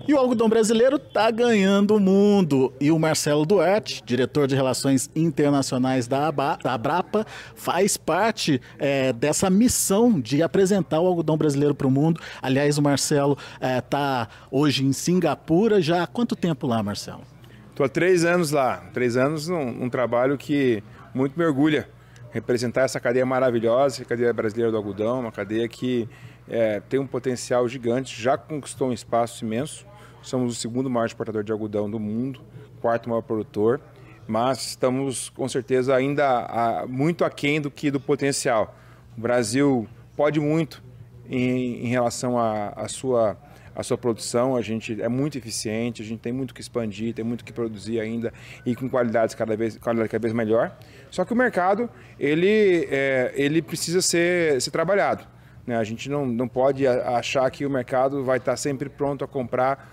E o algodão brasileiro está ganhando o mundo. E o Marcelo Duarte, diretor de Relações Internacionais da Abrapa, faz parte dessa missão de apresentar o algodão brasileiro para o mundo. Aliás, o Marcelo está hoje em Singapura. Já há quanto tempo lá, Marcelo? Estou há 3 anos lá. 3 anos num trabalho que muito me orgulha. Representar essa cadeia maravilhosa, a cadeia brasileira do algodão, uma cadeia que tem um potencial gigante, já conquistou um espaço imenso. Somos o segundo maior exportador de algodão do mundo, quarto maior produtor, mas estamos com certeza ainda muito aquém do potencial. O Brasil pode muito em relação à sua produção, a gente é muito eficiente, a gente tem muito que expandir, tem muito que produzir ainda e com qualidade cada vez melhor. Só que o mercado ele precisa ser trabalhado, né? A gente não pode achar que o mercado vai estar sempre pronto a comprar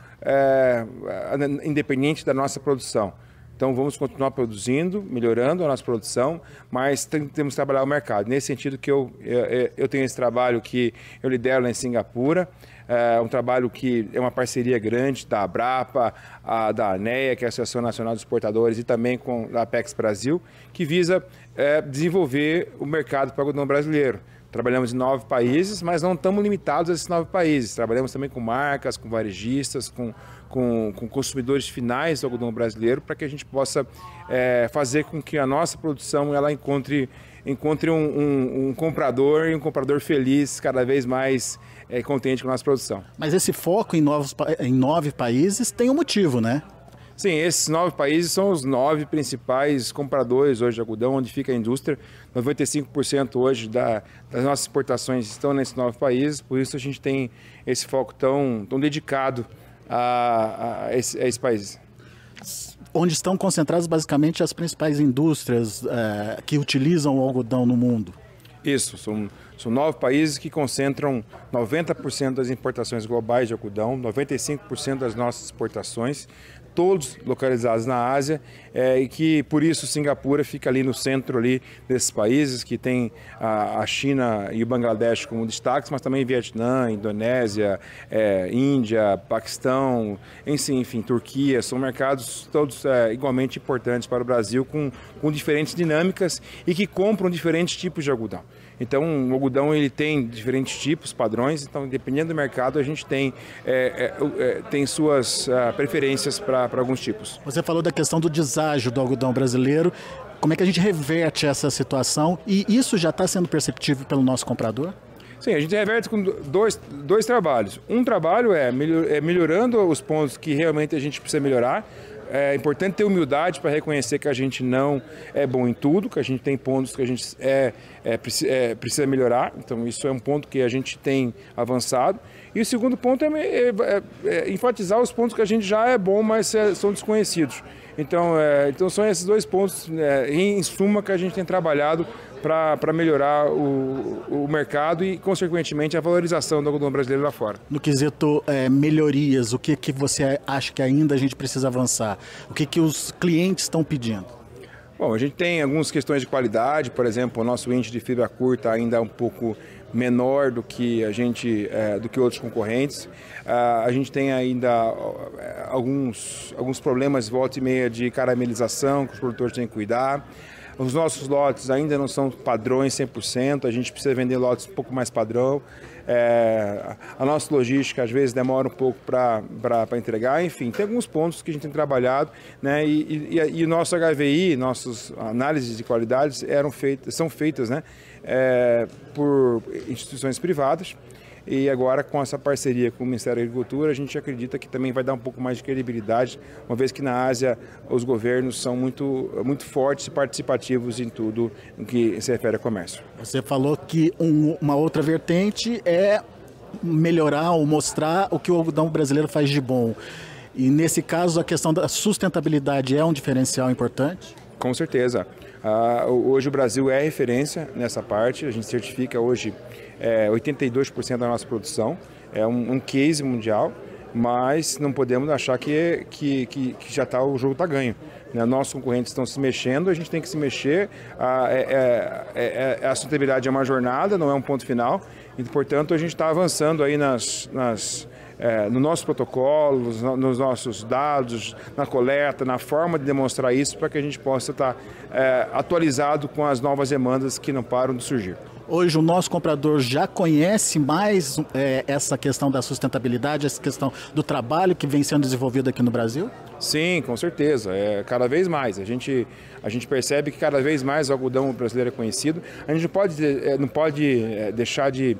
independente da nossa produção. Então vamos continuar produzindo, melhorando a nossa produção, mas temos que trabalhar o mercado. Nesse sentido que eu tenho esse trabalho que eu lidero lá em Singapura, um trabalho que é uma parceria grande da Abrapa, da ANEA, que é a Associação Nacional dos Exportadores, e também com a Apex Brasil, que visa desenvolver o mercado para o algodão brasileiro. Trabalhamos em 9 países, mas não estamos limitados a esses 9 países. Trabalhamos também com marcas, com varejistas, com consumidores finais do algodão brasileiro, para que a gente possa fazer com que a nossa produção ela encontre um comprador e um comprador feliz, cada vez mais contente com a nossa produção. Mas esse foco em 9 países tem um motivo, né? Sim, esses 9 países são os 9 principais compradores hoje de algodão, onde fica a indústria. 95% hoje das nossas exportações estão nesses 9 países, por isso a gente tem esse foco tão dedicado a esses países. Onde estão concentradas basicamente as principais indústrias que utilizam o algodão no mundo? Isso, são 9 países que concentram 90% das importações globais de algodão, 95% das nossas exportações, todos localizados na Ásia, e que por isso Singapura fica ali no centro ali desses países, que tem a China e o Bangladesh como destaques, mas também Vietnã, Indonésia, Índia, Paquistão, enfim, Turquia, são mercados todos igualmente importantes para o Brasil, com diferentes dinâmicas e que compram diferentes tipos de algodão. Então, o algodão ele tem diferentes tipos, padrões, então dependendo do mercado a gente tem suas preferências para alguns tipos. Você falou da questão do deságio do algodão brasileiro. Como é que a gente reverte essa situação? E isso já está sendo perceptível pelo nosso comprador? Sim, a gente reverte com dois trabalhos. Um trabalho é melhorando os pontos que realmente a gente precisa melhorar. É importante ter humildade para reconhecer que a gente não é bom em tudo, que a gente tem pontos que a gente precisa melhorar. Então, isso é um ponto que a gente tem avançado. E o segundo ponto é enfatizar os pontos que a gente já é bom, mas são desconhecidos. Então são esses 2 pontos, em suma, que a gente tem trabalhado para melhorar o mercado e, consequentemente, a valorização do algodão brasileiro lá fora. No quesito melhorias, o que você acha que ainda a gente precisa avançar? O que os clientes estão pedindo? Bom, a gente tem algumas questões de qualidade, por exemplo, o nosso índice de fibra curta ainda é um pouco menor do que do que outros concorrentes. A gente tem ainda alguns problemas volta e meia de caramelização que os produtores têm que cuidar. Os nossos lotes ainda não são padrões 100%, a gente precisa vender lotes um pouco mais padrão. A nossa logística às vezes demora um pouco para entregar, enfim, tem alguns pontos que a gente tem trabalhado, né? E o nosso HVI, nossas análises de qualidades são feitas, né? Por instituições privadas. E agora, com essa parceria com o Ministério da Agricultura, a gente acredita que também vai dar um pouco mais de credibilidade, uma vez que na Ásia os governos são muito fortes e participativos em tudo no que se refere a comércio. Você falou que uma outra vertente é melhorar ou mostrar o que o algodão brasileiro faz de bom. E nesse caso, a questão da sustentabilidade é um diferencial importante? Com certeza. Hoje o Brasil é referência nessa parte, a gente certifica hoje 82% da nossa produção, é um case mundial, mas não podemos achar que já o jogo está ganho. Né? Nossos concorrentes estão se mexendo, a gente tem que se mexer, a sustentabilidade é uma jornada, não é um ponto final, e portanto a gente está avançando aí nas no nosso protocolo, nos nossos dados, na coleta, na forma de demonstrar isso, para que a gente possa estar atualizado com as novas demandas que não param de surgir. Hoje o nosso comprador já conhece mais essa questão da sustentabilidade, essa questão do trabalho que vem sendo desenvolvido aqui no Brasil? Sim, com certeza. Cada vez mais. A gente percebe que cada vez mais o algodão brasileiro é conhecido. A gente não pode deixar de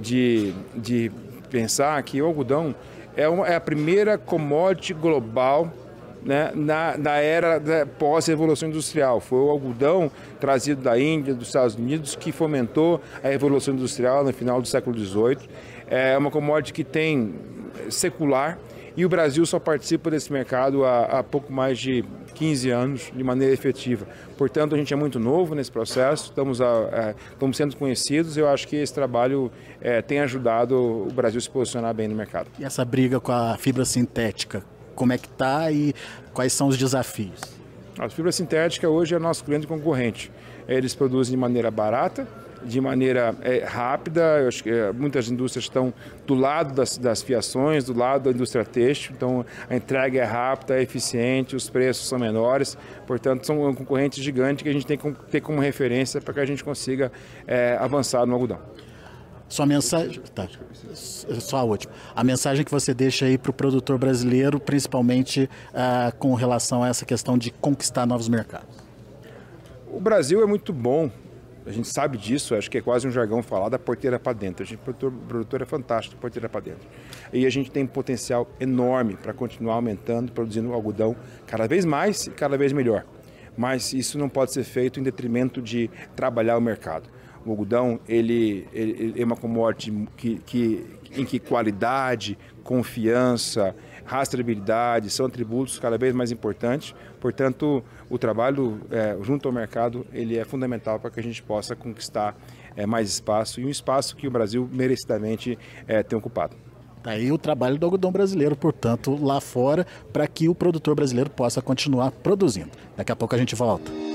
pensar que o algodão é a primeira commodity global, né, na era da pós-revolução industrial. Foi o algodão trazido da Índia, dos Estados Unidos, que fomentou a revolução industrial no final do século XVIII. É uma commodity que tem secular, e o Brasil só participa desse mercado há pouco mais de 15 anos de maneira efetiva. Portanto, a gente é muito novo nesse processo, estamos sendo conhecidos, e eu acho que esse trabalho tem ajudado o Brasil a se posicionar bem no mercado. E essa briga com a fibra sintética, como é que está e quais são os desafios? A fibra sintética hoje é nosso grande concorrente. Eles produzem de maneira barata, de maneira rápida. Eu acho que muitas indústrias estão do lado das fiações, do lado da indústria têxtil, então a entrega é rápida, é eficiente, os preços são menores, portanto são um concorrente gigante que a gente tem que ter como referência para que a gente consiga avançar no algodão. Sua mensagem, tá, só a última. A mensagem que você deixa aí para o produtor brasileiro, principalmente com relação a essa questão de conquistar novos mercados. O Brasil é muito bom, a gente sabe disso, acho que é quase um jargão falar da porteira para dentro. O produtor é fantástico, da porteira para dentro. E a gente tem um potencial enorme para continuar aumentando, produzindo algodão cada vez mais e cada vez melhor. Mas isso não pode ser feito em detrimento de trabalhar o mercado. O algodão ele é uma commodity em que qualidade, confiança, rastreabilidade são atributos cada vez mais importantes. Portanto, o trabalho junto ao mercado ele é fundamental para que a gente possa conquistar mais espaço, e um espaço que o Brasil merecidamente tem ocupado. Daí o trabalho do algodão brasileiro, portanto, lá fora, para que o produtor brasileiro possa continuar produzindo. Daqui a pouco a gente volta.